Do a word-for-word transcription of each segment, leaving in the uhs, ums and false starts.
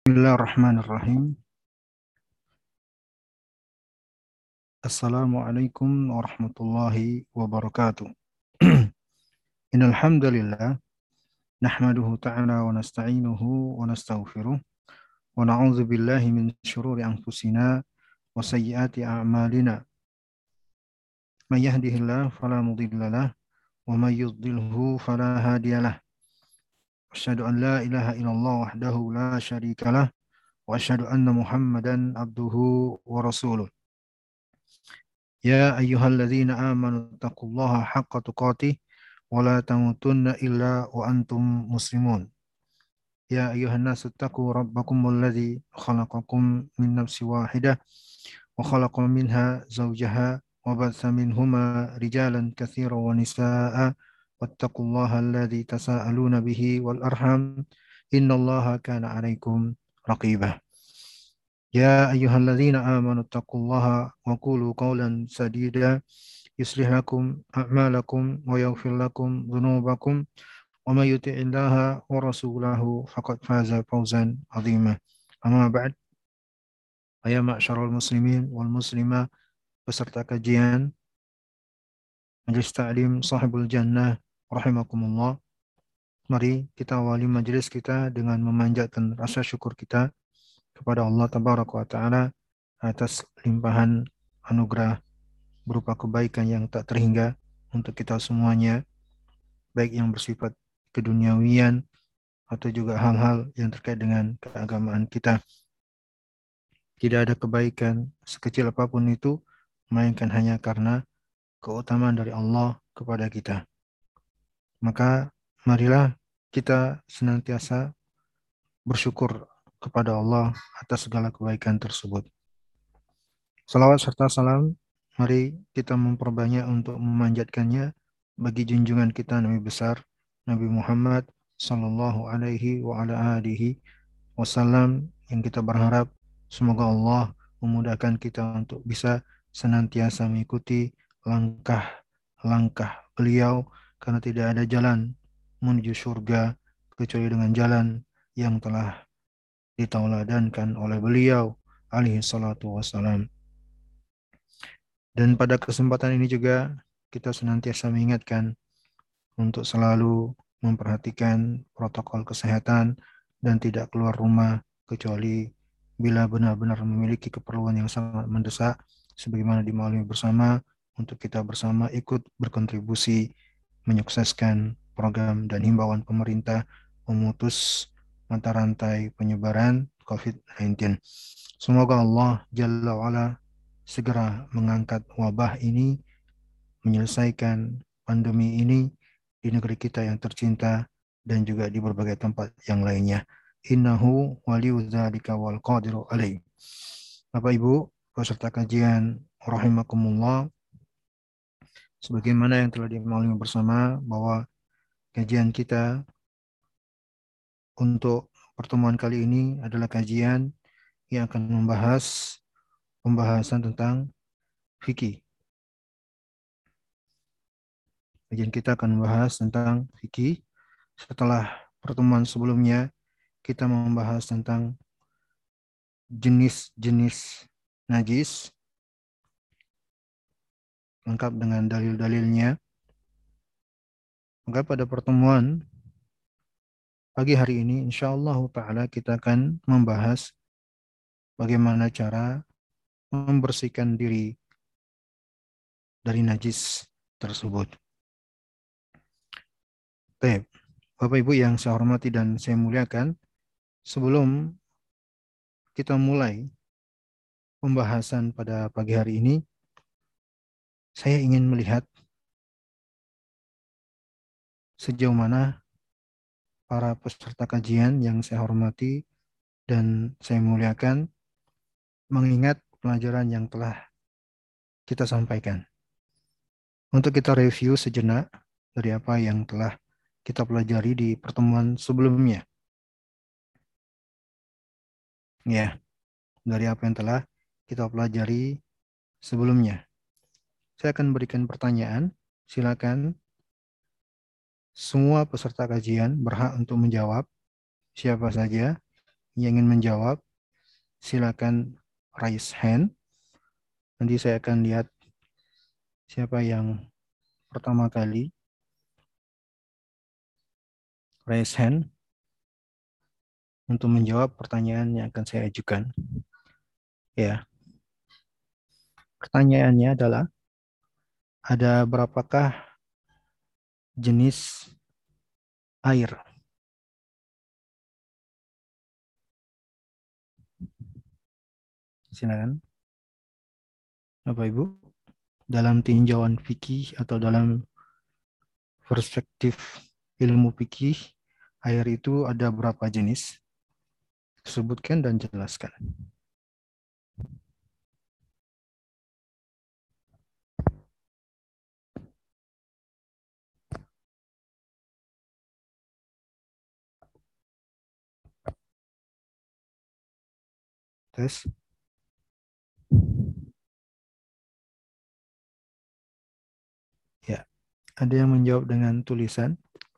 Bismillahirrahmanirrahim. Assalamualaikum warahmatullahi wabarakatuh. Innal hamdalillah nahmaduhu ta'ala wa nasta'inuhu wa nastaghfiruh wa na'udzu billahi min shururi anfusina wa sayyiati a'malina. May yahdihillahu fala mudhillalah wa may yudlilhu fala hadiyalah. Asyhadu an la ilaha illallah wahdahu la syarikalah wa asyhadu anna Muhammadan abduhu wa rasuluh. Ya ayyuhalladzina amanu taqullaha haqqa tuqatih wa la tamutunna illa wa antum muslimun. Ya ayyuhan nasu taqu rabbakumul ladzi khalaqakum min nafsin wahidah wa khalaqa minha zawjaha wa batha minhuma rijalan katsiran wa nisaa'a wattaqullaha alladzi tasaaluna bihi wal arham innallaha kana 'alaikum raqibah. Ya ayyuhalladzina amanu taqullaha wa qulu qawlan sadida yuslih lakum a'malakum wa yaghfir lakum dhunubakum wa may yuti'illaha wa rasulahu faqad faza fawzan 'azima. Amma ba'd, ya ma'syaral muslimin wal muslimah peserta kajian Majelis Ta'lim Sahibul Jannah rahimakumullah. Mari kita awali majelis kita dengan memanjatkan rasa syukur kita kepada Allah Tabaraka wa Ta'ala atas limpahan anugerah berupa kebaikan yang tak terhingga untuk kita semuanya, baik yang bersifat keduniawian atau juga hal-hal yang terkait dengan keagamaan kita. Tidak ada kebaikan sekecil apapun itu, melainkan hanya karena keutamaan dari Allah kepada kita. Maka marilah kita senantiasa bersyukur kepada Allah atas segala kebaikan tersebut. Salawat serta salam, mari kita memperbanyak untuk memanjatkannya bagi junjungan kita Nabi besar Nabi Muhammad sallallahu alaihi wa ala alihi wasallam, yang kita berharap semoga Allah memudahkan kita untuk bisa senantiasa mengikuti langkah-langkah beliau, karena tidak ada jalan menuju surga kecuali dengan jalan yang telah ditauladankan oleh beliau alaihi salatu wassalam. Dan pada kesempatan ini juga kita senantiasa mengingatkan untuk selalu memperhatikan protokol kesehatan dan tidak keluar rumah kecuali bila benar-benar memiliki keperluan yang sangat mendesak, sebagaimana dimaklumi bersama untuk kita bersama ikut berkontribusi menyukseskan program dan himbauan pemerintah memutus mata rantai penyebaran covid sembilan belas. Semoga Allah Jalla wa'ala segera mengangkat wabah ini, menyelesaikan pandemi ini di negeri kita yang tercinta dan juga di berbagai tempat yang lainnya. Innahu waliyudzalika wal qadiru alaih. Bapak Ibu peserta kajian rahimakumullah, sebagaimana yang telah dimaklumi bersama bahwa kajian kita untuk pertemuan kali ini adalah kajian yang akan membahas pembahasan tentang fikih. Kajian kita akan membahas tentang fikih. Setelah pertemuan sebelumnya kita membahas tentang jenis-jenis najis lengkap dengan dalil-dalilnya. Maka pada pertemuan pagi hari ini insyaallah ta'ala kita akan membahas bagaimana cara membersihkan diri dari najis tersebut. Baik, Bapak Ibu yang saya hormati dan saya muliakan, sebelum kita mulai pembahasan pada pagi hari ini, saya ingin melihat sejauh mana para peserta kajian yang saya hormati dan saya muliakan mengingat pelajaran yang telah kita sampaikan. Untuk kita review sejenak dari apa yang telah kita pelajari di pertemuan sebelumnya. Ya, dari apa yang telah kita pelajari sebelumnya. Saya akan berikan pertanyaan, silakan semua peserta kajian berhak untuk menjawab, siapa saja, yang ingin menjawab, silakan raise hand. Nanti saya akan lihat siapa yang pertama kali raise hand untuk menjawab pertanyaan yang akan saya ajukan. Ya, pertanyaannya adalah ada berapakah jenis air? Silakan, Bapak Ibu. Dalam tinjauan fikih atau dalam perspektif ilmu fikih, air itu ada berapa jenis? Sebutkan dan jelaskan. Tes. Ya, ada yang menjawab dengan tulisan.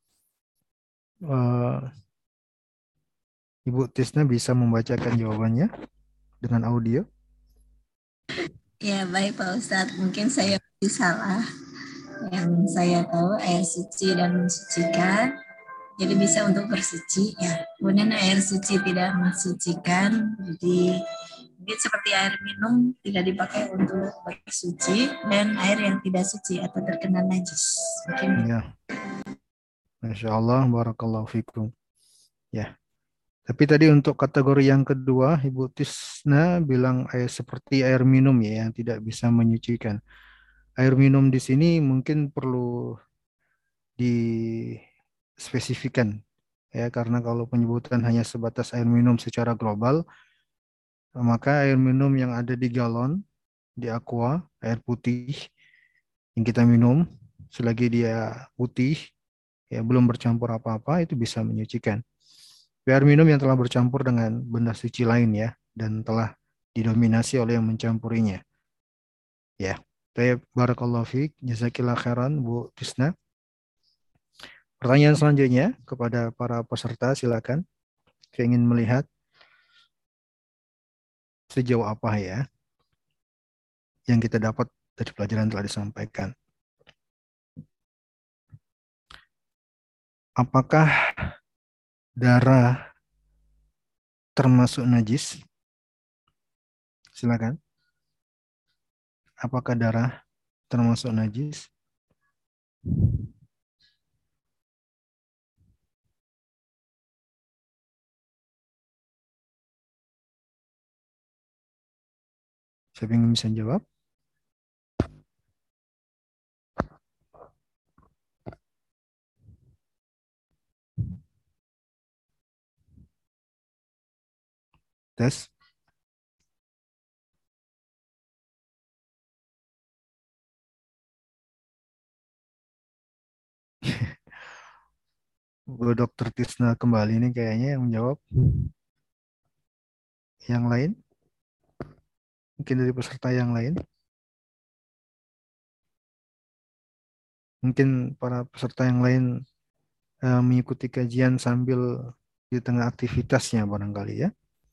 Uh, Ibu Tisna bisa membacakan jawabannya dengan audio. Ya, baik Pak Ustadz. Mungkin saya salah. Yang saya tahu air suci dan mensucikan. Jadi bisa untuk bersuci ya. Kemudian air suci tidak mensucikan. Jadi mungkin seperti air minum tidak dipakai untuk bersuci dan air yang tidak suci atau terkena najis. Mungkin Ya, Masya Allah, barakallahu fikum. Ya, tapi tadi untuk kategori yang kedua, Ibu Tisna bilang air seperti air minum ya, yang tidak bisa menyucikan. Air minum di sini mungkin perlu dispesifikan ya, karena kalau penyebutan hanya sebatas air minum secara global, maka air minum yang ada di galon, di aqua, air putih yang kita minum, selagi dia putih, ya belum bercampur apa-apa, itu bisa menyucikan. Air minum yang telah bercampur dengan benda suci lain ya, dan telah didominasi oleh yang mencampurinya. Ya, baik, barakallahu fiik, jazakillah khairan Bu Tisna. Pertanyaan selanjutnya kepada para peserta, silakan. Saya ingin melihat sejauh apa ya yang kita dapat dari pelajaran telah disampaikan. Apakah darah termasuk najis? Silakan. Apakah darah termasuk najis? Siapa yang bisa jawab? Tes. Bu Dokter Tisna kembali nih kayaknya yang menjawab. Yang lain? Mungkin dari peserta yang lain? Mungkin para peserta yang lain eh, mengikuti kajian sambil di tengah aktivitasnya barangkali ya.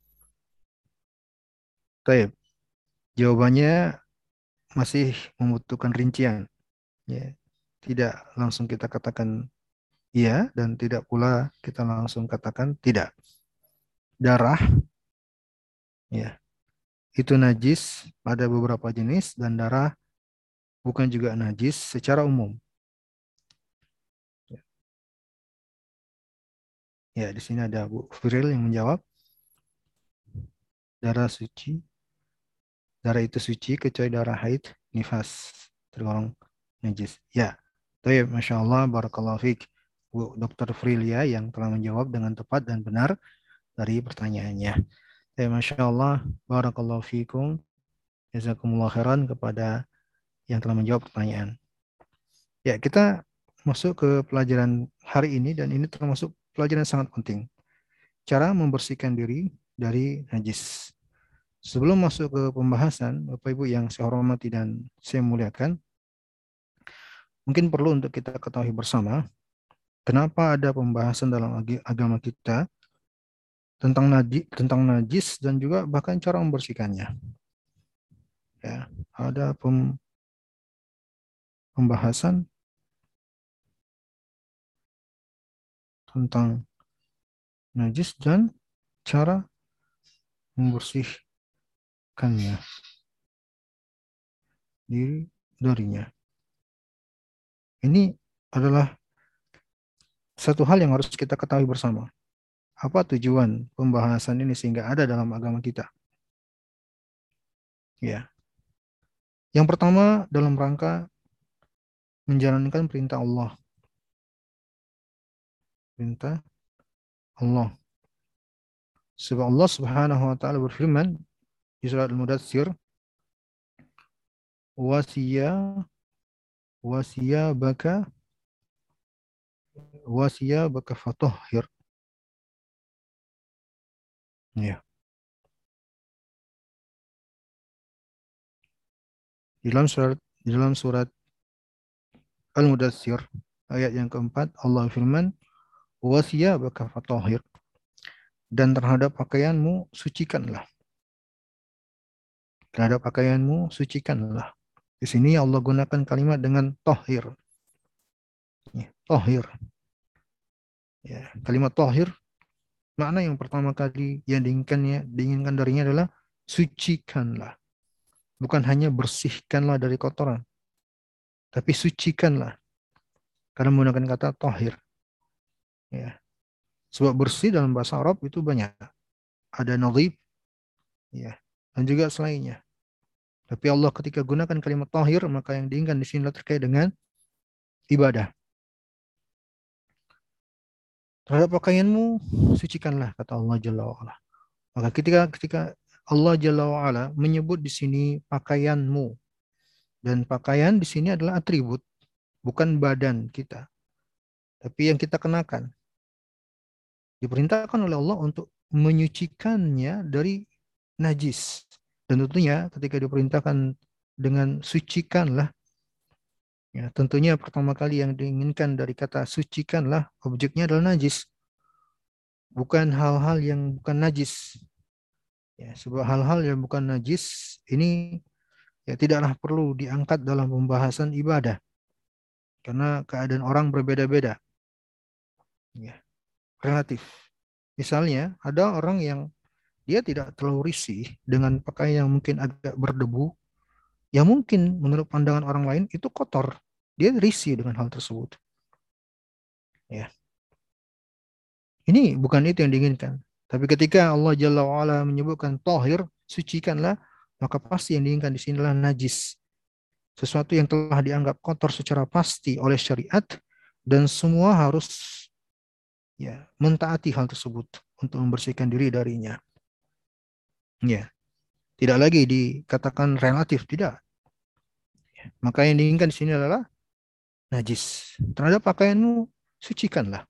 Baik, jawabannya masih membutuhkan rincian. Ya. Tidak langsung kita katakan iya dan tidak pula kita langsung katakan tidak. Darah ya, itu najis pada beberapa jenis dan darah bukan juga najis secara umum. Ya, di sini ada Bu Firil yang menjawab darah suci. Darah itu suci kecuali darah haid, nifas, tergolong najis. Ya, baik, Masya Allah, Barakallahu Fik. Bu Dokter Frilia yang telah menjawab dengan tepat dan benar dari pertanyaannya. Ya, Masya Allah, Barakallahu Fikum. Jazakumullah khairan kepada yang telah menjawab pertanyaan. Ya, kita masuk ke pelajaran hari ini dan ini termasuk pelajaran sangat penting. Cara membersihkan diri dari najis. Sebelum masuk ke pembahasan, Bapak Ibu yang saya hormati dan saya muliakan, mungkin perlu untuk kita ketahui bersama, kenapa ada pembahasan dalam agama kita tentang najis, tentang najis dan juga bahkan cara membersihkannya. Ya, ada pem, pembahasan tentang najis dan cara membersihkannya diri darinya. Ini adalah satu hal yang harus kita ketahui bersama. Apa tujuan pembahasan ini sehingga ada dalam agama kita? Ya. Yang pertama dalam rangka menjalankan perintah Allah. Perintah Allah. Sebab Allah Subhanahu wa taala berfirman di surat Al-Mudatsir, "Wasiya wasiya baka wasiya baka fatahhir." Ya. Di dalam surat di dalam surat Al-Mudatsir ayat yang keempat Allah firman, "Wasiya baka fatahhir." Dan terhadap pakaianmu sucikanlah. Terhadap pakaianmu sucikanlah. Di sini Allah gunakan kalimat dengan tohir. Ya, tohir. Ya, kalimat tohir makna yang pertama kali yang diinginkannya, diinginkan darinya adalah sucikanlah. Bukan hanya bersihkanlah dari kotoran, tapi sucikanlah. Karena menggunakan kata tohir. Ya. Sebab bersih dalam bahasa Arab itu banyak. Ada nadhif, ya, dan juga selainnya. Tapi Allah ketika gunakan kalimat tohir, maka yang diinginkan di sini terkait dengan ibadah. Terhadap pakaianmu sucikanlah, kata Allah Jalla wa'ala. Maka ketika ketika Allah Jalla wa'ala menyebut di sini pakaianmu, dan pakaian di sini adalah atribut, bukan badan kita, tapi yang kita kenakan. Diperintahkan oleh Allah untuk menyucikannya dari najis. Dan tentunya ketika diperintahkan dengan sucikanlah, ya, tentunya pertama kali yang diinginkan dari kata sucikanlah, objeknya adalah najis. Bukan hal-hal yang bukan najis. Ya, sebab hal-hal yang bukan najis ini ya tidaklah perlu diangkat dalam pembahasan ibadah. Karena keadaan orang berbeda-beda. Ya, relatif. Misalnya ada orang yang dia tidak terlalu risih dengan pakaian yang mungkin agak berdebu, yang mungkin menurut pandangan orang lain itu kotor. Dia risih dengan hal tersebut. Ya. Ini bukan itu yang diinginkan. Tapi ketika Allah Jalla wa'ala menyebutkan tahir, sucikanlah, maka pasti yang diinginkan di sinilah najis. Sesuatu yang telah dianggap kotor secara pasti oleh syariat dan semua harus ya mentaati hal tersebut untuk membersihkan diri darinya. Ya, tidak lagi dikatakan relatif, tidak. Maka yang diinginkan di sini adalah najis. Terhadap pakaianmu, sucikanlah.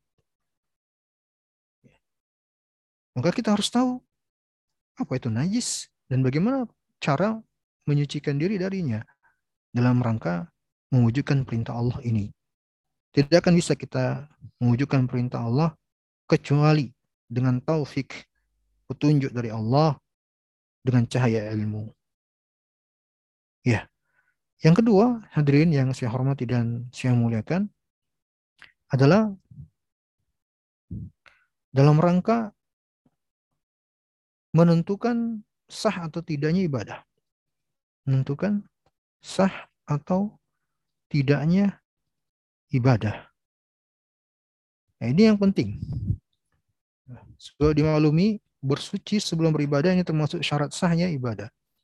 Maka kita harus tahu apa itu najis dan bagaimana cara menyucikan diri darinya dalam rangka mewujudkan perintah Allah ini. Tidak akan bisa kita mewujudkan perintah Allah kecuali dengan taufik, petunjuk dari Allah dengan cahaya ilmu. Ya. Yang kedua, hadirin yang saya hormati dan saya muliakan, adalah dalam rangka menentukan sah atau tidaknya ibadah. Menentukan sah atau tidaknya ibadah. Nah, ini yang penting. Supaya dimaklumi, bersuci sebelum beribadah ini termasuk syarat sahnya ibadah.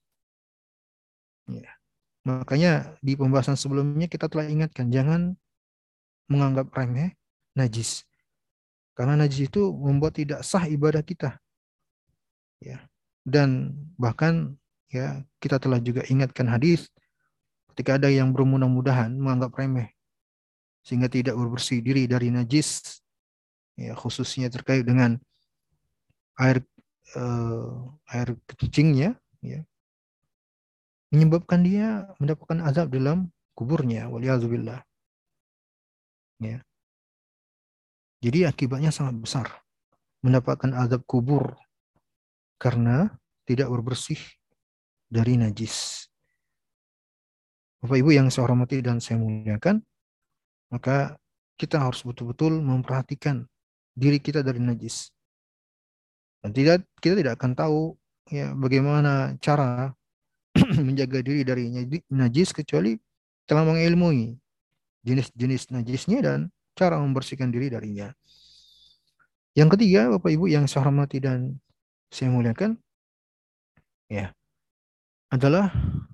Ya. Makanya di pembahasan sebelumnya kita telah ingatkan, jangan menganggap remeh najis. Karena najis itu membuat tidak sah ibadah kita. Ya. Dan bahkan ya kita telah juga ingatkan hadis ketika ada yang bermudah-mudahan menganggap remeh sehingga tidak berbersih diri dari najis, ya khususnya terkait dengan air eh, air kencingnya, ya menyebabkan dia mendapatkan azab dalam kuburnya, waliyadzubillah. Ya. Jadi akibatnya sangat besar. mendapatkan azab kubur karena tidak berbersih dari najis. Bapak Ibu yang saya hormati dan saya muliakan, maka kita harus betul-betul memperhatikan diri kita dari najis. Dan tidak kita tidak akan tahu ya bagaimana cara menjaga diri dari najis kecuali telah mengilmui jenis-jenis najisnya dan cara membersihkan diri darinya. Yang ketiga, Bapak Ibu yang saya hormati dan saya muliakan, ya, adalah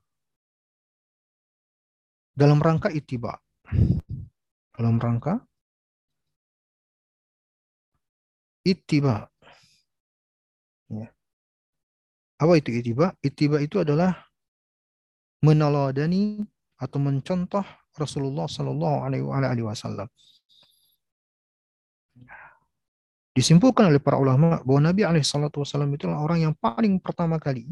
dalam rangka ittiba. Dalam rangka ittiba. Ya. Apa itu ittiba? Ittiba itu adalah meneladani atau mencontoh Rasulullah Shallallahu Alaihi Wasallam. Disimpulkan oleh para ulama bahwa Nabi Alaihi Wasallam itulah orang yang paling pertama kali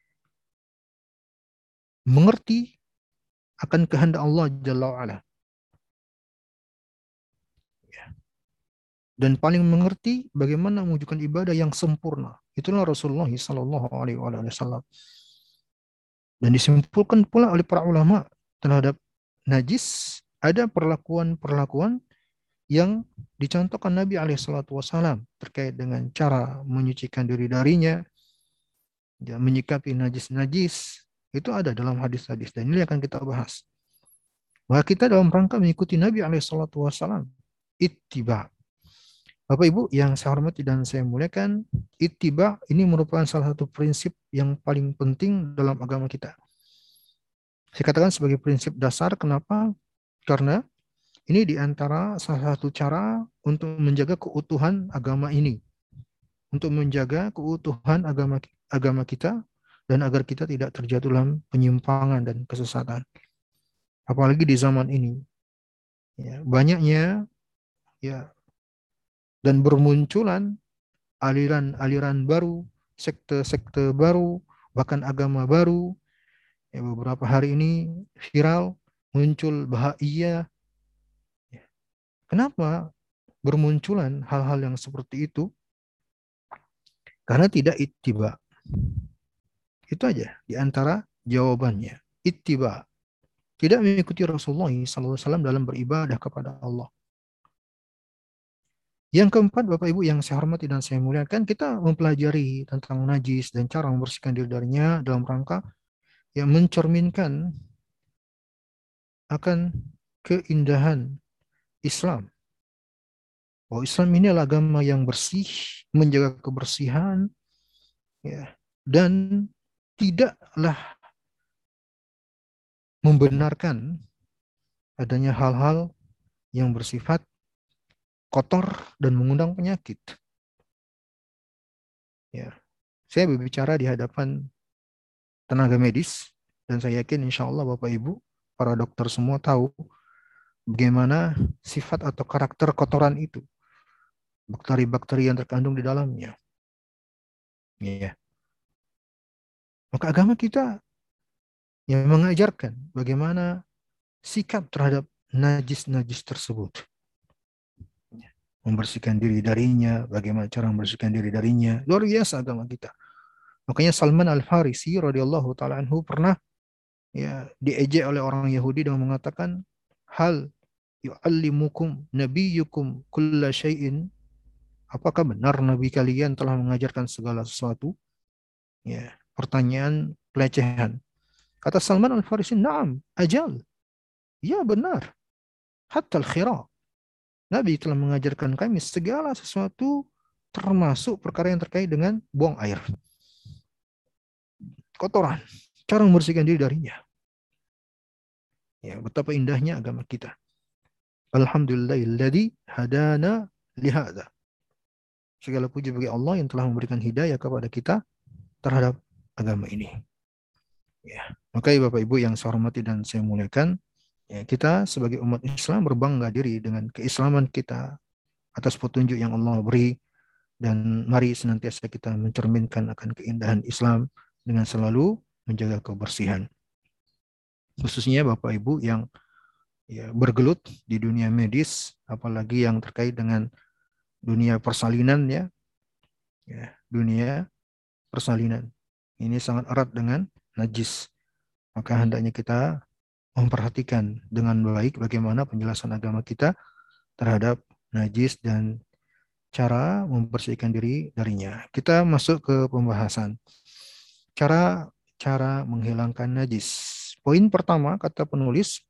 mengerti akan kehendak Allah Jalla wa'ala. Dan paling mengerti bagaimana mewujudkan ibadah yang sempurna. Itulah Rasulullah Shallallahu Alaihi Wasallam. Dan disimpulkan pula oleh para ulama terhadap najis ada perlakuan-perlakuan yang dicontohkan Nabi Alaihi Wasallam terkait dengan cara menyucikan diri darinya, ya, menyikapi najis-najis itu ada dalam hadis-hadis dan ini akan kita bahas. Bahwa kita dalam rangka mengikuti Nabi Alaihi Wasallam, ittiba. Bapak Ibu yang saya hormati dan saya muliakan, ittiba ini merupakan salah satu prinsip yang paling penting dalam agama kita. Saya katakan sebagai prinsip dasar, kenapa? Karena ini diantara salah satu cara untuk menjaga keutuhan agama ini. Untuk menjaga keutuhan agama agama kita dan agar kita tidak terjatuh dalam penyimpangan dan kesesatan. Apalagi di zaman ini. Ya, banyaknya ya dan bermunculan aliran-aliran baru, sekte-sekte baru, bahkan agama baru. Ya, beberapa hari ini viral muncul Bahaiyah. Kenapa bermunculan hal-hal yang seperti itu? Karena tidak ittiba. Itu aja di antara jawabannya. Ittiba. Tidak mengikuti Rasulullah shallallahu alaihi wasallam dalam beribadah kepada Allah. Yang keempat, Bapak Ibu yang saya hormati dan saya muliakan, kita mempelajari tentang najis dan cara membersihkan diri darinya dalam rangka yang mencerminkan akan keindahan Islam. Oh, Islam ini adalah agama yang bersih, menjaga kebersihan, ya, dan tidaklah membenarkan adanya hal-hal yang bersifat kotor dan mengundang penyakit. Ya, saya berbicara di hadapan tenaga medis dan saya yakin insya Allah Bapak Ibu, para dokter semua tahu bagaimana sifat atau karakter kotoran itu, bakteri-bakteri yang terkandung di dalamnya. Ya. Maka agama kita yang mengajarkan bagaimana sikap terhadap najis-najis tersebut. Membersihkan diri darinya, bagaimana cara membersihkan diri darinya. Luar biasa agama kita. Makanya Salman Al-Farisi radhiyallahu taala anhu pernah ya diejek oleh orang Yahudi dengan mengatakan, hal yu'allimukum nabiyyukum kulla syai'in. Apakah benar nabi kalian telah mengajarkan segala sesuatu? Ya, pertanyaan pelecehan. Kata Salman Al-Farisi, "Na'am, ajal." Ya, benar. Hatta al-khira. Nabi telah mengajarkan kami segala sesuatu termasuk perkara yang terkait dengan buang air. Kotoran. Cara membersihkan diri darinya. Ya, betapa indahnya agama kita. Alhamdulillahilladzi hadana lihada. Segala puji bagi Allah yang telah memberikan hidayah kepada kita terhadap agama ini. Ya, makanya Bapak Ibu yang saya hormati dan saya muliakan, ya, kita sebagai umat Islam berbangga diri dengan keislaman kita atas petunjuk yang Allah beri dan mari senantiasa kita mencerminkan akan keindahan Islam dengan selalu menjaga kebersihan. Khususnya Bapak Ibu yang ya, bergelut di dunia medis, apalagi yang terkait dengan dunia persalinan ya, Ya, dunia persalinan. Ini sangat erat dengan najis. Maka hendaknya kita memperhatikan dengan baik bagaimana penjelasan agama kita terhadap najis dan cara membersihkan diri darinya. Kita masuk ke pembahasan cara cara menghilangkan najis. Poin pertama kata penulis,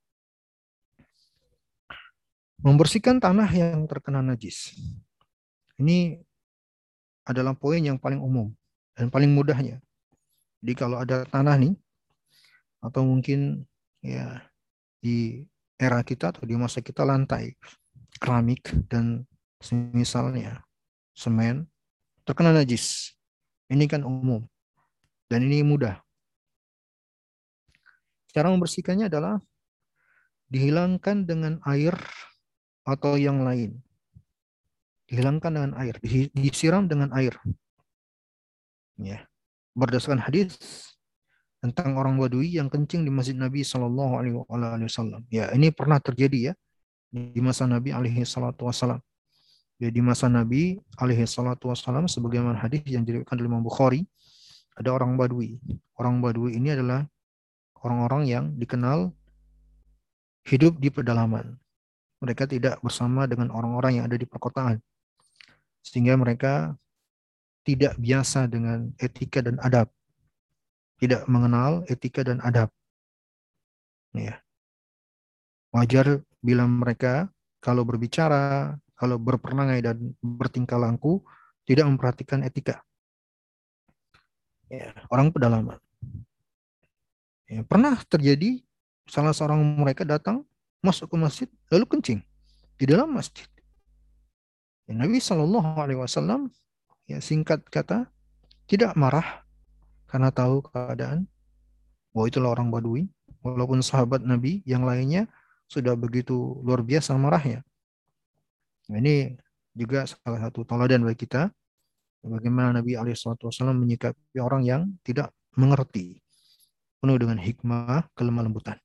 membersihkan tanah yang terkena najis. Ini adalah poin yang paling umum dan paling mudahnya. Jadi kalau ada tanah nih, atau mungkin ya di era kita atau di masa kita lantai keramik dan semisalnya semen terkena najis. Ini kan umum dan ini mudah. Cara membersihkannya adalah dihilangkan dengan air atau yang lain. Dihilangkan dengan air, disiram dengan air. Ya. Berdasarkan hadis tentang orang Badui yang kencing di Masjid Nabi Shallallahu Alaihi Wasallam. Ya, ini pernah terjadi ya di masa Nabi Alaihi Wasallam. Ya, di masa Nabi Alaihi Wasallam, sebagaimana hadis yang diriwayatkan oleh Imam Bukhari, ada orang Badui. Orang Badui ini adalah orang-orang yang dikenal hidup di pedalaman. Mereka tidak bersama dengan orang-orang yang ada di perkotaan, sehingga mereka tidak biasa dengan etika dan adab, tidak mengenal etika dan adab. Ya. Wajar bila mereka kalau berbicara, kalau berperangai dan bertingkah laku tidak memperhatikan etika. Ya, orang pedalaman. Ya, pernah terjadi salah seorang mereka datang masuk ke masjid lalu kencing di dalam masjid. Ya, Nabi Shallallahu Alaihi Wasallam ya singkat kata tidak marah karena tahu keadaan bahwa itulah orang Badui, walaupun sahabat Nabi yang lainnya sudah begitu luar biasa marahnya. Nah, ini juga salah satu tauladan bagi kita bagaimana Nabi alaihi wasallam menyikapi orang yang tidak mengerti, penuh dengan hikmah, kelemah lembutan.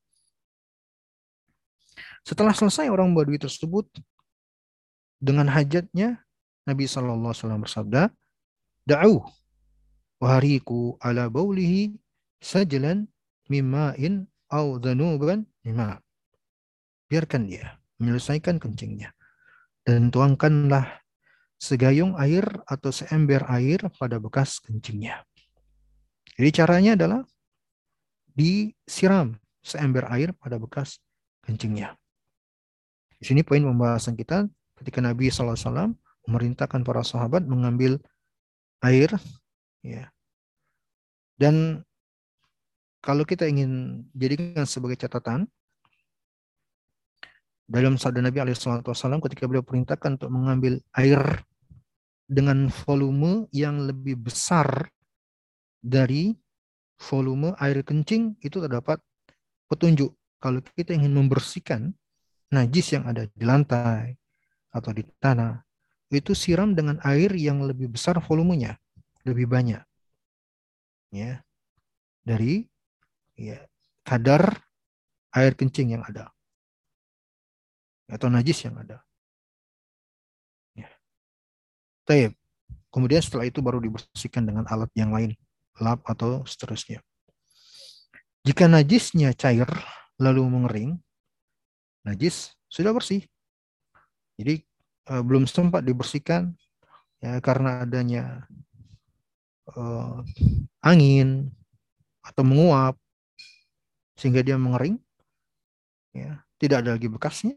Setelah selesai orang Badui tersebut dengan hajatnya, Nabi shallallahu alaihi wasallam bersabda, "Da'u wahariku ala baulihi sajlan mimma'in au dhanuban mimma." Biarkan dia menyelesaikan kencingnya dan tuangkanlah segayung air atau seember air pada bekas kencingnya. Jadi caranya adalah disiram seember air pada bekas kencingnya. Di sini poin pembahasan kita ketika Nabi shallallahu alaihi wasallam memerintahkan para sahabat mengambil air, ya. Dan kalau kita ingin jadikan sebagai catatan, dalam sabda Nabi alaihi wasallam ketika beliau perintahkan untuk mengambil air dengan volume yang lebih besar dari volume air kencing, itu terdapat petunjuk kalau kita ingin membersihkan najis yang ada di lantai atau di tanah, itu siram dengan air yang lebih besar volumenya, lebih banyak, ya, dari ya kadar air kencing yang ada atau najis yang ada. Ya. Taib. Kemudian setelah itu baru dibersihkan dengan alat yang lain, lap atau seterusnya. Jika najisnya cair lalu mengering, najis sudah bersih. Jadi eh, belum sempat dibersihkan ya karena adanya eh, angin atau menguap sehingga dia mengering, ya tidak ada lagi bekasnya,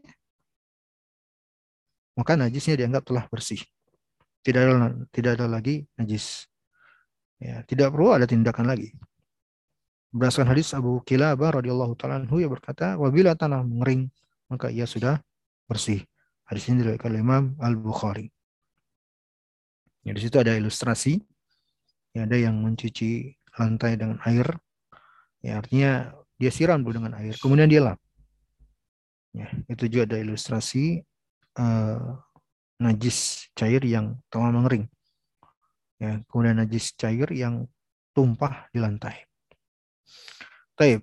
maka najisnya dianggap telah bersih. Tidak ada tidak ada lagi najis. Ya, tidak perlu ada tindakan lagi. Berdasarkan hadis Abu Kilabah radhiyallahu taala anhu yang berkata, "Apabila tanah mengering, maka ia sudah bersih." Hadis ini diriwayatkan oleh Imam Al-Bukhari. Ya, di situ ada ilustrasi. Ya, ada yang mencuci lantai dengan air. Ya, artinya dia siram dulu dengan air, kemudian dia lap. Ya, itu juga ada ilustrasi uh, najis cair yang telah mengering. Ya, kemudian najis cair yang tumpah di lantai. Taib.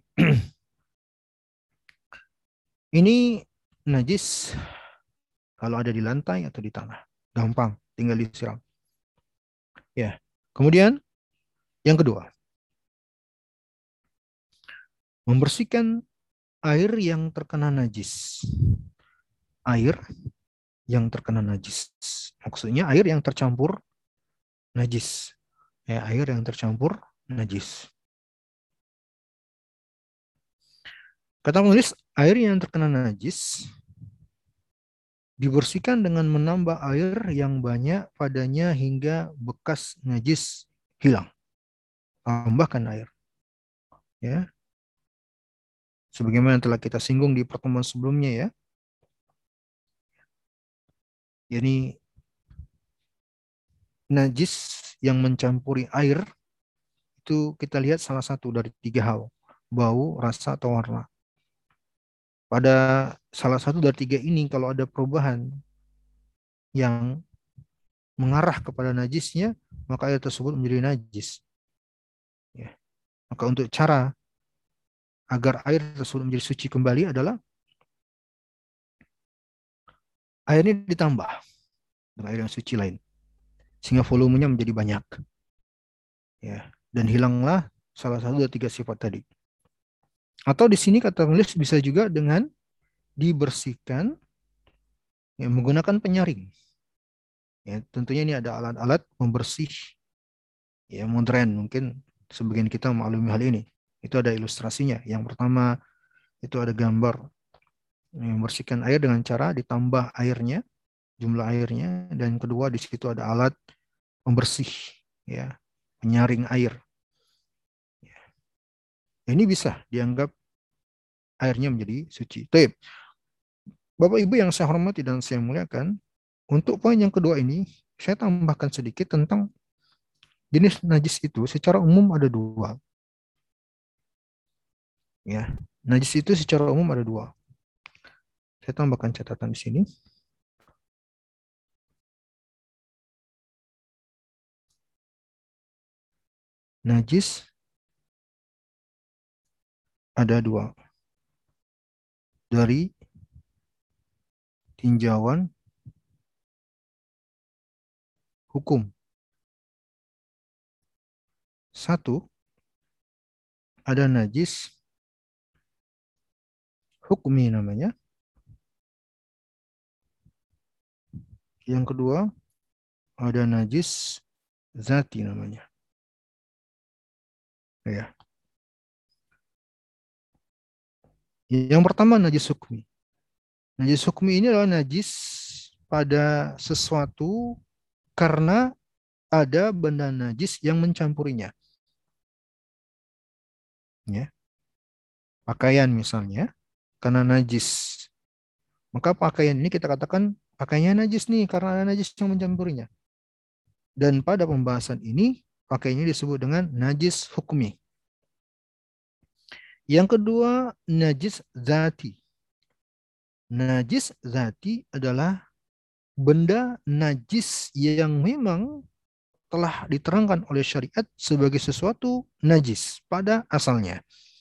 Ini najis kalau ada di lantai atau di tanah. Gampang, tinggal disiram. Ya. Kemudian yang kedua, membersihkan air yang terkena najis. Air yang terkena najis. Maksudnya air yang tercampur najis. Ya, air yang tercampur najis. Kata penulis, air yang terkena najis dibersihkan dengan menambah air yang banyak padanya hingga bekas najis hilang. Tambahkan air. Ya, sebagaimana telah kita singgung di pertemuan sebelumnya ya. Jadi najis yang mencampuri air itu kita lihat salah satu dari tiga hal, bau, rasa, atau warna. Pada salah satu dari tiga ini kalau ada perubahan yang mengarah kepada najisnya, maka air tersebut menjadi najis. Ya. Maka untuk cara agar air tersebut menjadi suci kembali adalah airnya ditambah dengan air yang suci lain, sehingga volumenya menjadi banyak. Ya. Dan hilanglah salah satu dari tiga sifat tadi. Atau di sini kata penulis bisa juga dengan dibersihkan ya, menggunakan penyaring. Ya, tentunya ini ada alat-alat pembersih ya modern, mungkin sebagian kita maklumi hal ini. Itu ada ilustrasinya. Yang pertama itu ada gambar membersihkan air dengan cara ditambah airnya, jumlah airnya, dan kedua di situ ada alat pembersih ya, penyaring air. Ini bisa dianggap airnya menjadi suci. Baik. Bapak Ibu yang saya hormati dan saya muliakan, untuk poin yang kedua ini saya tambahkan sedikit tentang jenis najis itu secara umum ada dua. Ya, najis itu secara umum ada dua. Saya tambahkan catatan di sini. Najis ada dua. Dari tinjauan hukum. Satu, ada najis hukmi namanya. Yang kedua, ada najis zati namanya. Ya. Yang pertama najis hukmi. Najis hukmi ini adalah najis pada sesuatu karena ada benda najis yang mencampurinya. Ya. Pakaian misalnya, karena najis. Maka pakaian ini kita katakan pakaiannya najis nih karena ada najis yang mencampurinya. Dan pada pembahasan ini, pakaiannya disebut dengan najis hukmi. Yang kedua, najis zati. Najis zati adalah benda najis yang memang telah diterangkan oleh syariat sebagai sesuatu najis pada asalnya.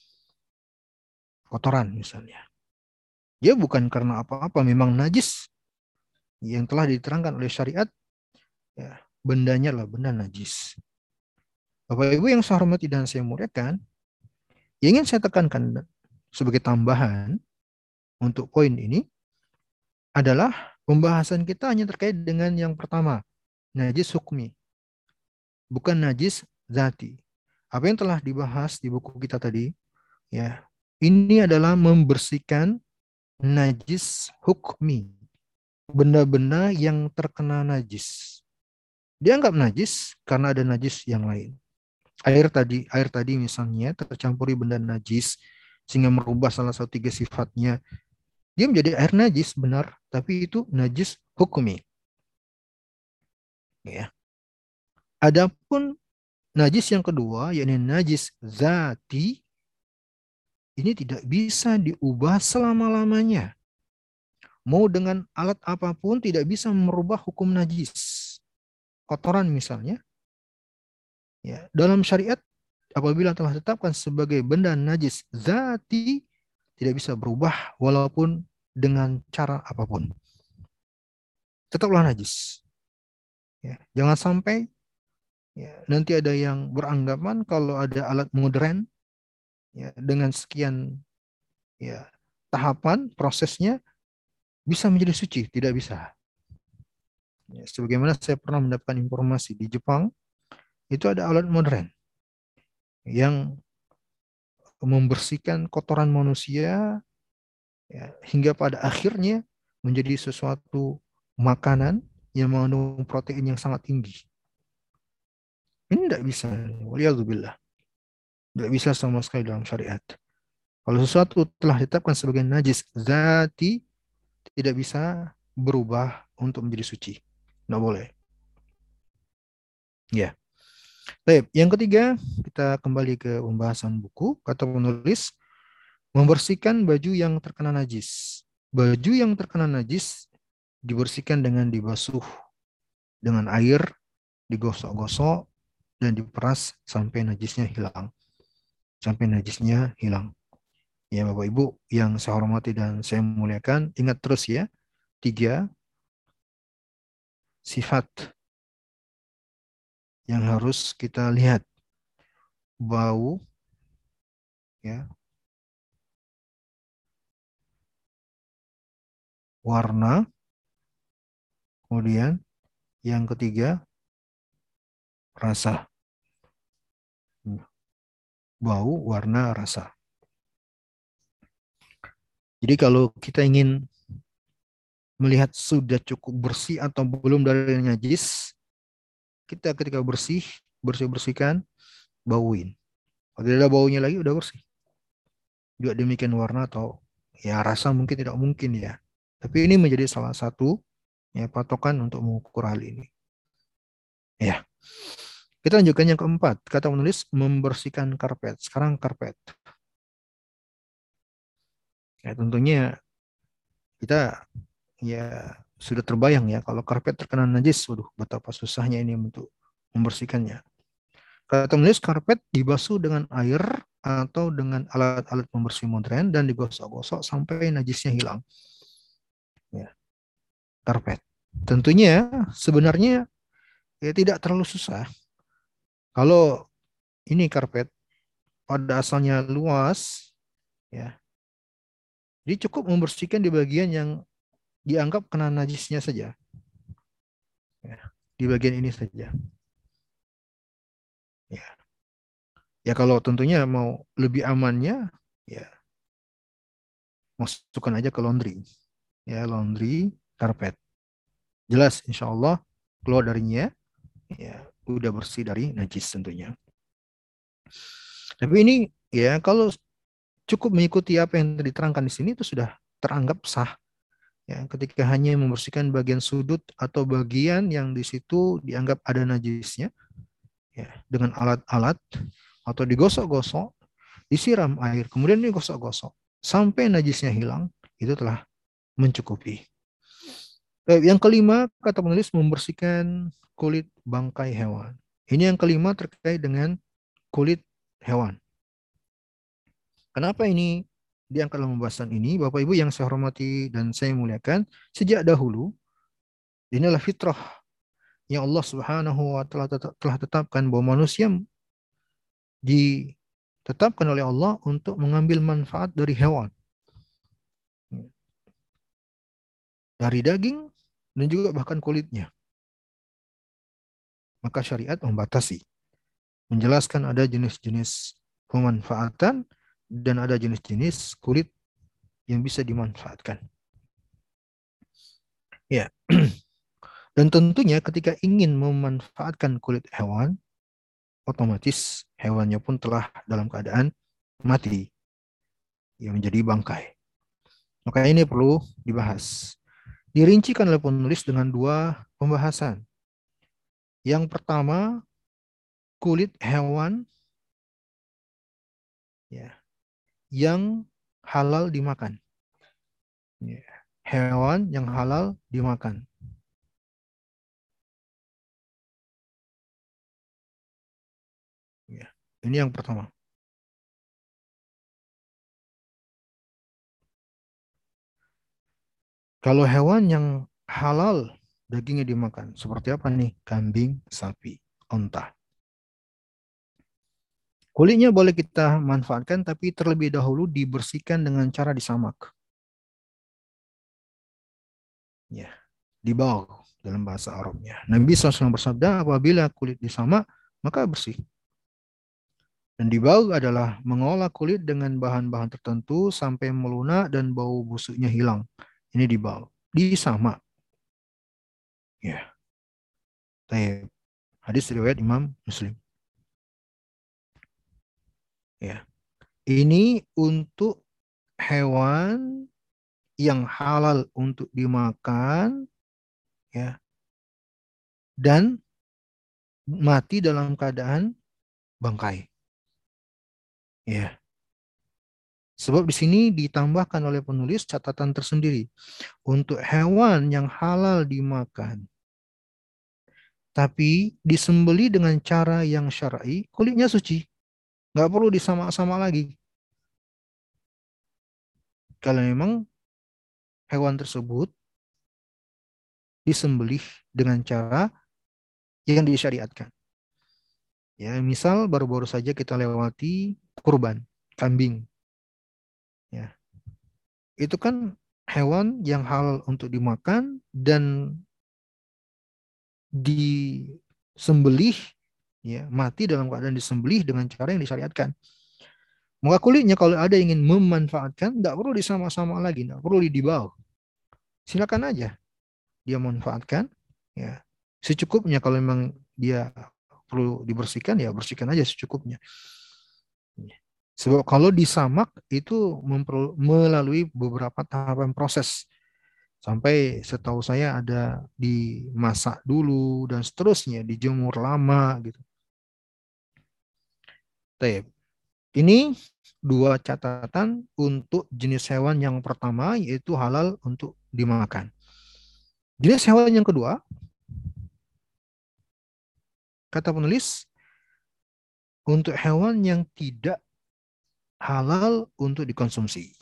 Kotoran misalnya. Dia bukan karena apa-apa, memang najis yang telah diterangkan oleh syariat, ya, bendanya lah benda najis. Bapak Ibu yang saya hormati dan saya muliakan, yang ingin saya tekankan sebagai tambahan untuk poin ini adalah pembahasan kita hanya terkait dengan yang pertama, najis hukmi, bukan najis zati. Apa yang telah dibahas di buku kita tadi, ya, ini adalah membersihkan najis hukmi, benda-benda yang terkena najis. Dianggap najis karena ada najis yang lain. Air tadi, air tadi misalnya tercampuri benda najis sehingga merubah salah satu tiga sifatnya. Dia menjadi air najis benar, tapi itu najis hukmi. Ya. Adapun najis yang kedua, yakni najis zati, ini tidak bisa diubah selama-lamanya. Mau dengan alat apapun tidak bisa merubah hukum najis. Kotoran misalnya, ya, dalam syariat apabila telah ditetapkan sebagai benda najis zati, tidak bisa berubah walaupun dengan cara apapun. Tetaplah najis. Ya, jangan sampai Ya, nanti ada yang beranggapan kalau ada alat modern ya dengan sekian ya tahapan prosesnya bisa menjadi suci, tidak bisa. Ya, sebagaimana saya pernah mendapatkan informasi di Jepang itu ada alat modern yang membersihkan kotoran manusia ya, hingga pada akhirnya menjadi sesuatu makanan yang mengandung protein yang sangat tinggi. Ini tidak bisa, waliyadzubillah, tidak bisa sama sekali dalam syariat. Kalau sesuatu telah ditetapkan sebagai najis zati, tidak bisa berubah untuk menjadi suci. Tidak boleh. Ya. Baik, yang ketiga, kita kembali ke pembahasan buku. Kata penulis, membersihkan baju yang terkena najis. Baju yang terkena najis dibersihkan dengan dibasuh dengan air, digosok-gosok, dan diperas sampai najisnya hilang. Sampai najisnya hilang. Ya Bapak Ibu yang saya hormati dan saya muliakan, ingat terus ya, tiga sifat yang harus kita lihat. Bau, ya, warna, kemudian yang ketiga rasa. Bau, warna, rasa. Jadi kalau kita ingin melihat sudah cukup bersih atau belum dari najis, kita ketika bersih, bersih-bersihkan, bauin. Kalau tidak ada baunya lagi, udah bersih. Juga demikian warna atau ya rasa mungkin tidak mungkin ya. Tapi ini menjadi salah satu ya patokan untuk mengukur hal ini. Ya. Kita lanjutkan yang keempat. Kata menulis membersihkan karpet. Sekarang karpet. Ya, tentunya kita ya sudah terbayang ya kalau karpet terkena najis, waduh betapa susahnya ini untuk membersihkannya. Kata menulis karpet dibasuh dengan air atau dengan alat-alat pembersih modern dan digosok-gosok sampai najisnya hilang. Ya, karpet. Tentunya sebenarnya ya tidak terlalu susah. Kalau ini karpet pada asalnya luas, ya, jadi cukup membersihkan di bagian yang dianggap kena najisnya saja. Ya, di bagian ini saja. Ya, ya kalau tentunya mau lebih amannya, ya masukkan aja ke laundry. Ya, laundry karpet. Jelas, insya Allah keluar darinya, ya udah bersih dari najis tentunya. Tapi ini ya kalau cukup mengikuti apa yang diterangkan di sini itu sudah teranggap sah. Ya, ketika hanya membersihkan bagian sudut atau bagian yang di situ dianggap ada najisnya, ya, dengan alat-alat atau digosok-gosok, disiram air, kemudian digosok-gosok sampai najisnya hilang, itu telah mencukupi. Yang kelima, kata penulis membersihkan kulit bangkai hewan. Ini yang kelima terkait dengan kulit hewan. Kenapa ini diangkat dalam pembahasan ini? Bapak Ibu yang saya hormati dan saya muliakan, sejak dahulu inilah fitrah yang Allah Subhanahu wa taala telah tetapkan bahwa manusia ditetapkan oleh Allah untuk mengambil manfaat dari hewan. Dari daging dan juga bahkan kulitnya. Maka syariat membatasi, menjelaskan ada jenis-jenis pemanfaatan dan ada jenis-jenis kulit yang bisa dimanfaatkan. Ya. Dan tentunya ketika ingin memanfaatkan kulit hewan, otomatis hewannya pun telah dalam keadaan mati, yang menjadi bangkai. Maka ini perlu dibahas. Dirincikan oleh penulis dengan dua pembahasan. Yang pertama, kulit hewan ya, yang halal dimakan. Ya, hewan yang halal dimakan. Ya, ini yang pertama. Kalau hewan yang halal dagingnya dimakan, seperti apa nih? Kambing, sapi, onta. Kulitnya boleh kita manfaatkan, tapi terlebih dahulu dibersihkan dengan cara disamak. Ya, dibau dalam bahasa Arabnya. Nabi shallallahu alaihi wasallam bersabda, apabila kulit disamak, maka bersih. Dan dibau adalah mengolah kulit dengan bahan-bahan tertentu sampai melunak dan bau busuknya hilang. Ini dibau. Disamak. Ya. Taib. Hadis riwayat Imam Muslim. Ya. Ini untuk hewan yang halal untuk dimakan, ya, dan mati dalam keadaan bangkai. Ya. Sebab di sini ditambahkan oleh penulis catatan tersendiri. Untuk hewan yang halal dimakan, tapi disembeli dengan cara yang syar'i, kulitnya suci. Nggak perlu disama-sama lagi. Kalau memang hewan tersebut disembelih dengan cara yang disyariatkan. Ya, misal baru-baru saja kita lewati kurban, kambing. Ya, itu kan hewan yang halal untuk dimakan dan disembelih, ya, mati dalam keadaan disembelih dengan cara yang disyariatkan. Maka kulitnya kalau ada yang ingin memanfaatkan, tidak perlu disama-sama lagi, tidak perlu dibawa. Silakan aja dia manfaatkan, ya, secukupnya. Kalau memang dia perlu dibersihkan, ya bersihkan aja secukupnya. Sebab kalau disamak itu melalui beberapa tahapan proses. Sampai setahu saya ada dimasak dulu dan seterusnya, dijemur lama gitu. Taib. Ini dua catatan untuk jenis hewan yang pertama, yaitu halal untuk dimakan. Jenis hewan yang kedua, kata penulis, untuk hewan yang tidak halal untuk dikonsumsi.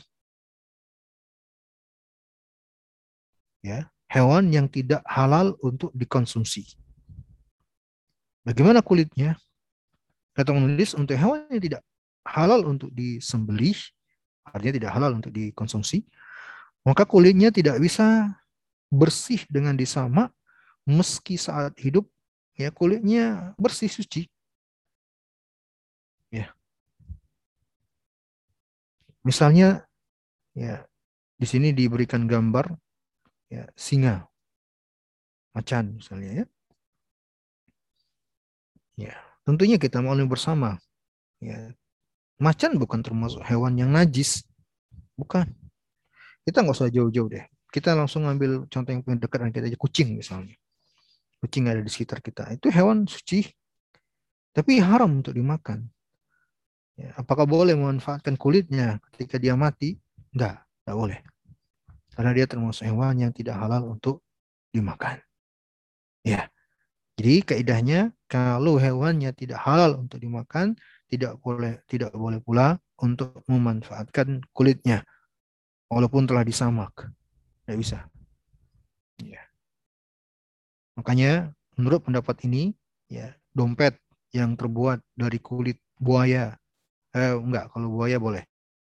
Ya, hewan yang tidak halal untuk dikonsumsi. Bagaimana kulitnya? Kata penulis, untuk hewan yang tidak halal untuk disembelih, artinya tidak halal untuk dikonsumsi, maka kulitnya tidak bisa bersih dengan disamak, meski saat hidup, ya, kulitnya bersih suci. Ya. Misalnya, ya, di sini diberikan gambar, ya, singa, macan misalnya, ya. Ya, tentunya kita mau bersama, ya. Macan bukan termasuk hewan yang najis, bukan. Kita nggak usah jauh-jauh deh. Kita langsung ambil contoh yang paling dekat dengan kita aja, kucing misalnya. Kucing ada di sekitar kita. Itu hewan suci, tapi haram untuk dimakan. Ya, apakah boleh memanfaatkan kulitnya ketika dia mati? Enggak, enggak boleh. Karena dia termasuk hewan yang tidak halal untuk dimakan. Ya, jadi kaidahnya kalau hewannya tidak halal untuk dimakan, tidak boleh tidak boleh pula untuk memanfaatkan kulitnya, walaupun telah disamak. Tidak bisa. Ya. Makanya menurut pendapat ini, ya, dompet yang terbuat dari kulit buaya, eh, enggak, kalau buaya boleh.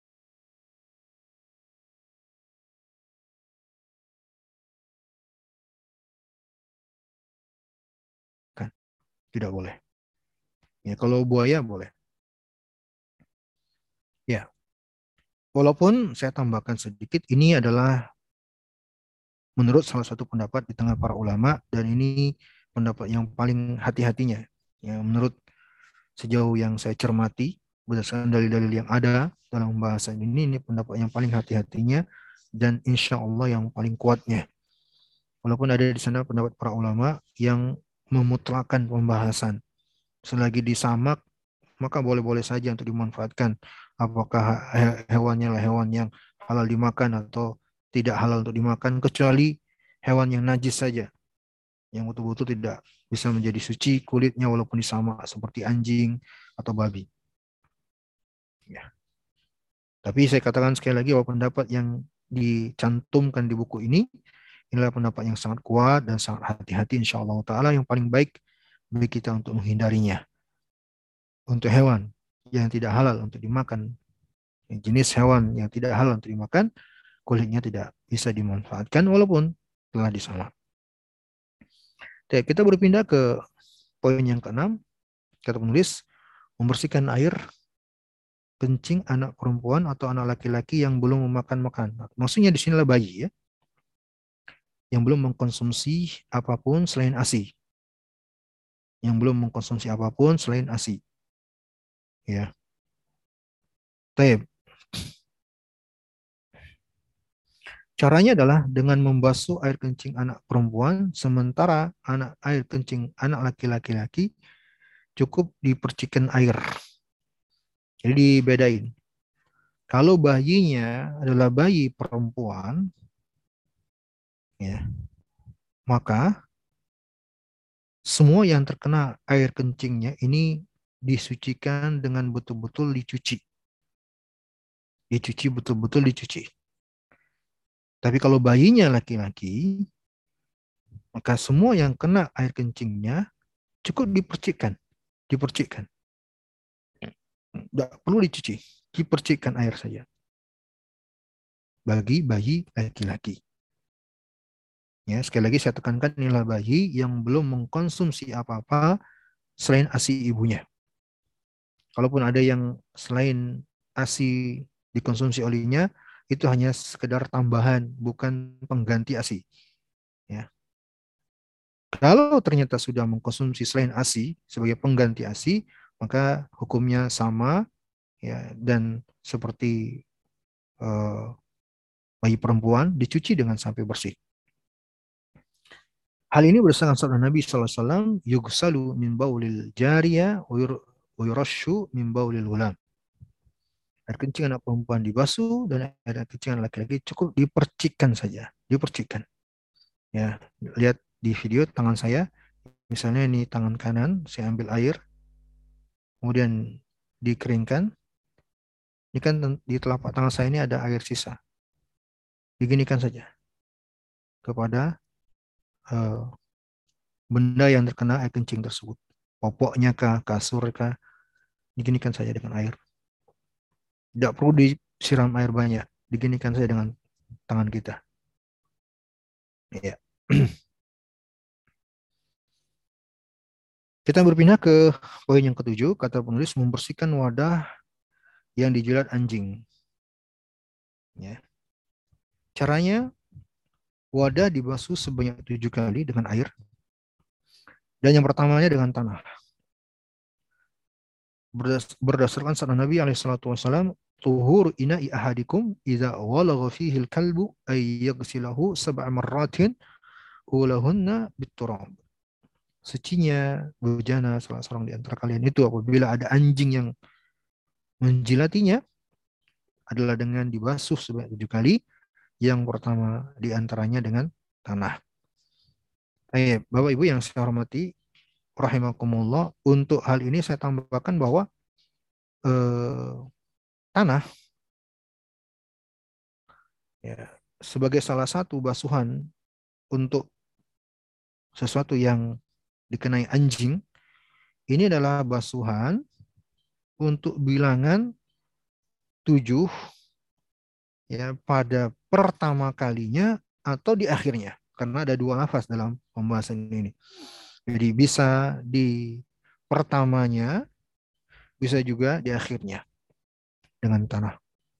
Kan, tidak boleh. Ya, kalau buaya boleh. Ya, walaupun saya tambahkan sedikit, ini adalah menurut salah satu pendapat di tengah para ulama, dan ini pendapat yang paling hati-hatinya. Ya, menurut sejauh yang saya cermati, berdasarkan dalil-dalil yang ada dalam pembahasan ini, ini pendapat yang paling hati-hatinya dan insya Allah yang paling kuatnya. Walaupun ada di sana pendapat para ulama yang memutlakan pembahasan. Selagi disamak, maka boleh-boleh saja untuk dimanfaatkan. Apakah hewannya lah hewan yang halal dimakan atau tidak halal untuk dimakan, kecuali hewan yang najis saja, yang betul-betul tidak bisa menjadi suci kulitnya walaupun disamak, seperti anjing atau babi. Ya. Tapi saya katakan sekali lagi bahwa pendapat yang dicantumkan di buku ini inilah pendapat yang sangat kuat dan sangat hati-hati, insya Allah Ta'ala yang paling baik bagi kita untuk menghindarinya. Untuk hewan yang tidak halal untuk dimakan, jenis hewan yang tidak halal untuk dimakan, kulitnya tidak bisa dimanfaatkan walaupun telah disamak. Oke, kita berpindah ke poin yang keenam. Kata penulis, membersihkan air kencing anak perempuan atau anak laki-laki yang belum memakan makanan. Maksudnya di sinilah bayi ya, yang belum mengkonsumsi apapun selain ASI. Yang belum mengkonsumsi apapun selain ASI. Ya. Taib. Caranya adalah dengan membasuh air kencing anak perempuan, sementara anak air kencing anak laki-laki cukup dipercikan air. Jadi dibedain. Kalau bayinya adalah bayi perempuan, ya, maka semua yang terkena air kencingnya ini disucikan dengan betul-betul dicuci. Dicuci betul-betul dicuci. Tapi kalau bayinya laki-laki, maka semua yang kena air kencingnya cukup dipercikkan. Dipercikkan. Tidak perlu dicuci. Dipercikkan air saja. Bagi bayi laki-laki. Ya, sekali lagi saya tekankan inilah bayi yang belum mengkonsumsi apa-apa selain ASI ibunya. Kalaupun ada yang selain ASI dikonsumsi olehnya, itu hanya sekedar tambahan, bukan pengganti ASI. Ya. Kalau ternyata sudah mengkonsumsi selain ASI sebagai pengganti ASI, maka hukumnya sama, ya, dan seperti eh, bayi perempuan dicuci dengan sampai bersih. Hal ini berdasarkan sabda Nabi shallallahu alaihi wasallam, yugsalu min baulil jariyah wa yurashu min baulil gulam. Air kencing anak perempuan dibasuh dan air kencing anak laki-laki cukup dipercikkan saja, dipercikkan. Ya, lihat di video tangan saya, misalnya ini tangan kanan, saya ambil air, kemudian dikeringkan. Ini kan di telapak tangan saya ini ada air sisa. Diginikan saja kepada uh, benda yang terkena air kencing tersebut. Popoknya kah, kasur kah, diginikan saja dengan air. Tidak perlu disiram air banyak, diginikan saja dengan tangan kita. Ya. Kita berpindah ke poin yang ketujuh, kata penulis membersihkan wadah yang dijilat anjing. Ya. Caranya, wadah dibasuh sebanyak tujuh kali dengan air. Dan yang pertamanya dengan tanah. Berdasarkan sabda Nabi alaihi salatu wasallam, tuhur ina'i ahadikum idza walagha fihi al-kalbu ay yaghsilahu sab'a marratin ulahunna bit-turab. Sucinya bejana salah seorang di antara kalian itu apabila ada anjing yang menjilatinya adalah dengan dibasuh sebanyak tujuh kali. Yang pertama di antaranya dengan tanah. Eh, Bapak Ibu yang saya hormati, rahimakumullah, untuk hal ini saya tambahkan bahwa eh, tanah ya, sebagai salah satu basuhan untuk sesuatu yang dikenai anjing, ini adalah basuhan untuk bilangan tujuh ya pada pertama kalinya atau di akhirnya. Karena ada dua nafas dalam pembahasan ini. Jadi bisa di pertamanya, bisa juga di akhirnya dengan tanah.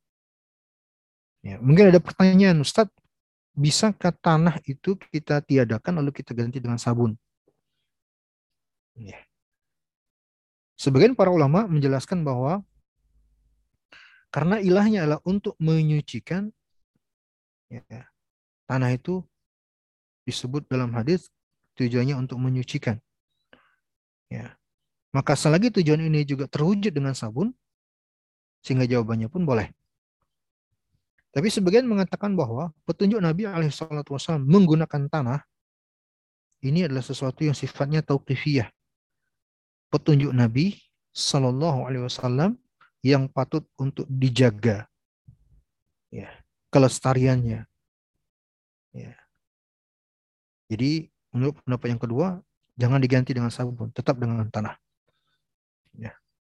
Ya, mungkin ada pertanyaan, Ustadz, bisakah tanah itu kita tiadakan lalu kita ganti dengan sabun? Ya. Sebagian para ulama menjelaskan bahwa karena ilahnya adalah untuk menyucikan, ya, tanah itu disebut dalam hadis tujuannya untuk menyucikan. Ya. Maka selagi tujuan ini juga terwujud dengan sabun, sehingga jawabannya pun boleh. Tapi sebagian mengatakan bahwa petunjuk Nabi alaihi salatu wasallam menggunakan tanah ini adalah sesuatu yang sifatnya tauqifiyah. Petunjuk Nabi Shallallahu Alaihi Wasallam yang patut untuk dijaga, ya, kelestariannya. Ya. Jadi menurut pendapat yang kedua, jangan diganti dengan sabun, tetap dengan tanah. Ya.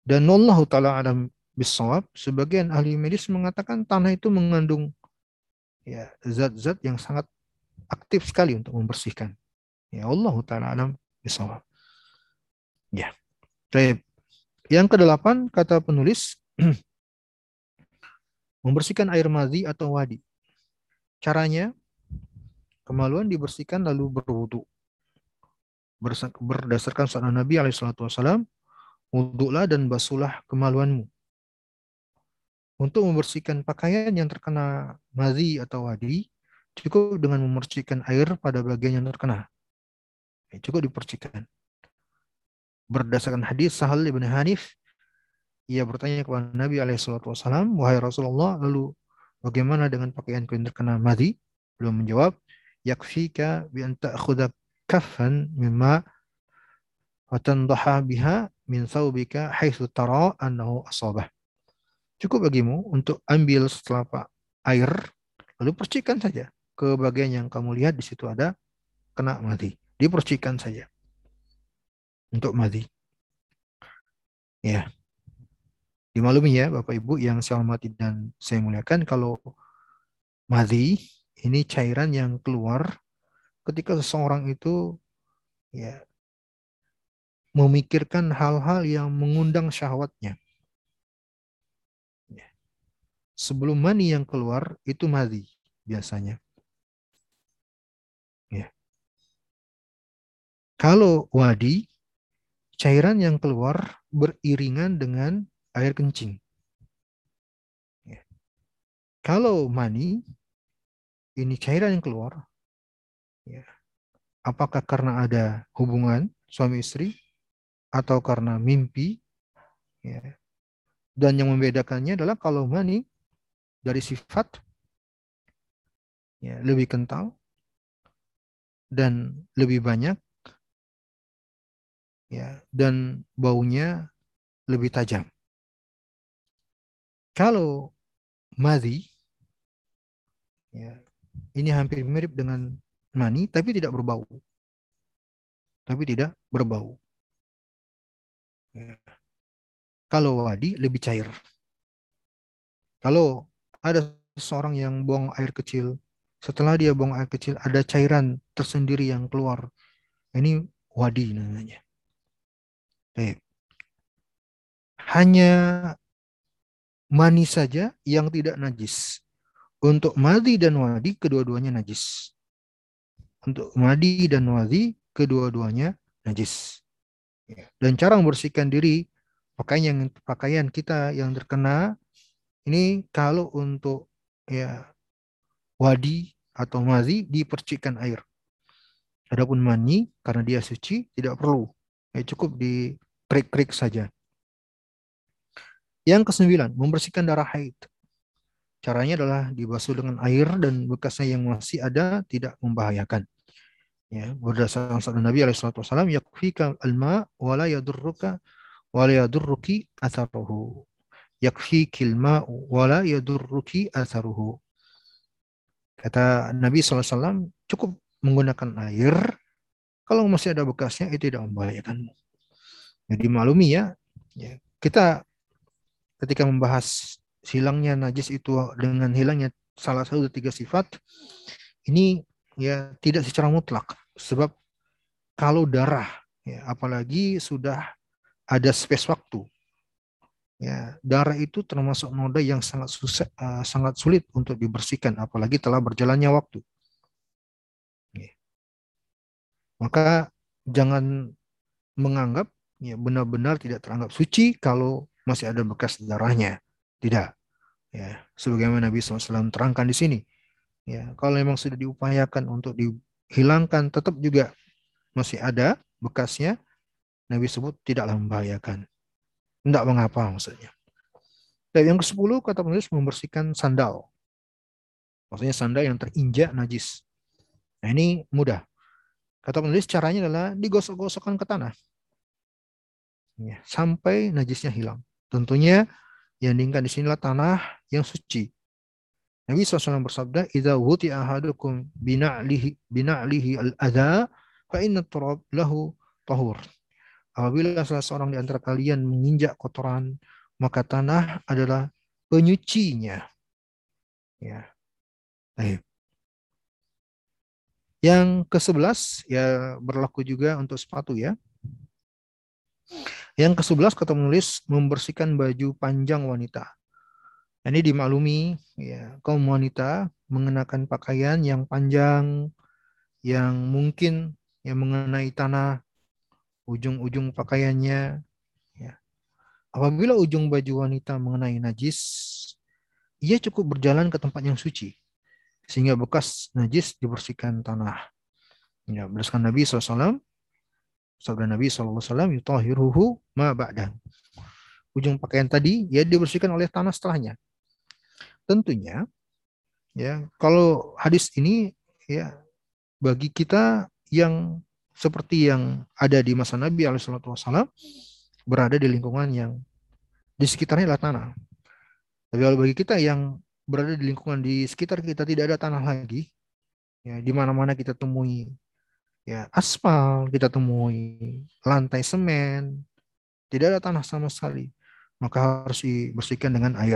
Dan wallahu taala alam bisawab, sebagian ahli medis mengatakan tanah itu mengandung ya zat-zat yang sangat aktif sekali untuk membersihkan. Ya Allah taala alam bisawab. Ya. Baik. Yang kedelapan kata penulis membersihkan air madhi atau wadi. Caranya kemaluan dibersihkan lalu berwudu. Berdasarkan sabda Nabi alaihi salatu wasallam, wudulah dan basuhlah kemaluanmu. Untuk membersihkan pakaian yang terkena madhi atau wadi, cukup dengan memercikkan air pada bagian yang terkena. Ya, cukup dipercikkan. Berdasarkan hadis Sahal bin Hanif, ia bertanya kepada Nabi alaihi salatu wasallam, wahai Rasulullah, lalu bagaimana dengan pakaian yang terkena madhi? Beliau menjawab, yakfika bi an ta'khudha kaffan mimma wa tandaha biha min thawbika haitsu tara annahu asabah. Cukup bagimu untuk ambil setelapak air lalu percikan saja ke bagian yang kamu lihat di situ ada kena madhi. Dipercikan saja untuk madhi. Ya. Dimaklumi ya Bapak Ibu yang saya hormati dan saya muliakan, kalau madhi ini cairan yang keluar ketika seseorang itu ya memikirkan hal-hal yang mengundang syahwatnya. Ya. Sebelum mani yang keluar itu madhi biasanya. Ya. Kalau wadi, cairan yang keluar beriringan dengan air kencing. Ya. Kalau mani, ini cairan yang keluar, ya, apakah karena ada hubungan suami istri atau karena mimpi, ya. Dan yang membedakannya adalah kalau mani dari sifat ya, lebih kental dan lebih banyak, ya, dan baunya lebih tajam. Kalau madhi, ya, ini hampir mirip dengan mani tapi tidak berbau. Tapi tidak berbau. Ya. Kalau wadi lebih cair. Kalau ada seseorang yang buang air kecil, setelah dia buang air kecil ada cairan tersendiri yang keluar. Ini wadi namanya. Baik. Hanya mani saja yang tidak najis. Untuk madhi dan wadi kedua-duanya najis. Untuk madhi dan wadi kedua-duanya najis. Dan cara membersihkan diri pakaian yang pakaian kita yang terkena ini, kalau untuk ya wadi atau madhi dipercikkan air. Adapun mani karena dia suci tidak perlu. Ya, cukup dikrik-krik saja. Yang kesembilan, membersihkan darah haid. Caranya adalah dibasuh dengan air dan bekasnya yang masih ada tidak membahayakan. Ya, berdasarkan sabda Nabi alaihi salatu wasallam, yakfika al-ma wa la yadurruka wa la yadurruki atharuhu. Yakfikil ma'u wa la yadurruki atharuhu. Kata Nabi sallallahu alaihi wasallam, cukup menggunakan air, kalau masih ada bekasnya itu tidak membahayakanmu. Jadi maklumi ya, ya, kita ketika membahas hilangnya najis itu dengan hilangnya salah satu dari tiga sifat, ini ya tidak secara mutlak. Sebab kalau darah, ya, apalagi sudah ada space waktu, ya, darah itu termasuk noda yang sangat susah, uh, sangat sulit untuk dibersihkan, apalagi telah berjalannya waktu. Ya. Maka jangan menganggap ya benar-benar tidak teranggap suci kalau masih ada bekas darahnya. Tidak. Ya, sebagaimana Nabi shallallahu alaihi wasallam terangkan di sini. Ya, kalau memang sudah diupayakan untuk dihilangkan, tetap juga masih ada bekasnya, Nabi sebut tidaklah membahayakan. Tidak mengapa maksudnya. Dan yang kesepuluh kata penulis membersihkan sandal. Maksudnya sandal yang terinjak najis. Nah ini mudah. Kata penulis caranya adalah digosok-gosokkan ke tanah. Ya, sampai najisnya hilang. Tentunya yang diinginkan di sinilah tanah yang suci. Nabi shallallahu alaihi wasallam bersabda, "Idza wuti'a ahadukum bina'lihi bina'lihi al-adha fa inna turab lahu tahur." Apabila salah seorang di antara kalian menginjak kotoran, maka tanah adalah penyucinya. Ya. Baik. Yang kesebelas ya berlaku juga untuk sepatu ya. Yang kesebelas kata menulis membersihkan baju panjang wanita. Ini dimaklumi ya, kaum wanita mengenakan pakaian yang panjang yang mungkin yang mengenai tanah ujung-ujung pakaiannya ya. Apabila ujung baju wanita mengenai najis, ia cukup berjalan ke tempat yang suci sehingga bekas najis dibersihkan tanah. Ya, berdasarkan Nabi shallallahu alaihi wasallam, sabda Nabi shallallahu alaihi wasallam, yutahiruhu ma ba'dah. Ujung pakaian tadi ya dibersihkan oleh tanah setelahnya. Tentunya ya, kalau hadis ini ya bagi kita yang seperti yang ada di masa Nabi alaihi wasallam berada di lingkungan yang di sekitarnya adalah tanah. Tapi kalau bagi kita yang berada di lingkungan di sekitar kita tidak ada tanah lagi, ya di mana-mana kita temui ya aspal, kita temui lantai semen, tidak ada tanah sama sekali, maka harus dibersihkan dengan air.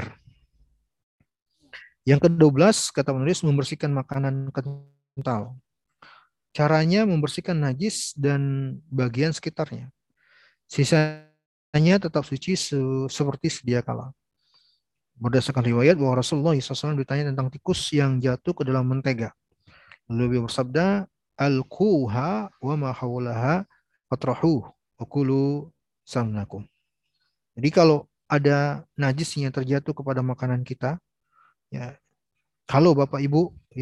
Yang kedua belas kata penulis membersihkan makanan kental. Caranya membersihkan najis dan bagian sekitarnya. Sisanya tetap suci se- seperti sedia kala. Berdasarkan riwayat bahwa Rasulullah shallallahu alaihi wasallam ditanya tentang tikus yang jatuh ke dalam mentega. Lalu beliau bersabda, Al-quha wa ma hawlaha fatrahu wa kulu samnakum. Jadi kalau ada najis yang terjatuh kepada makanan kita, ya kalau Bapak Ibu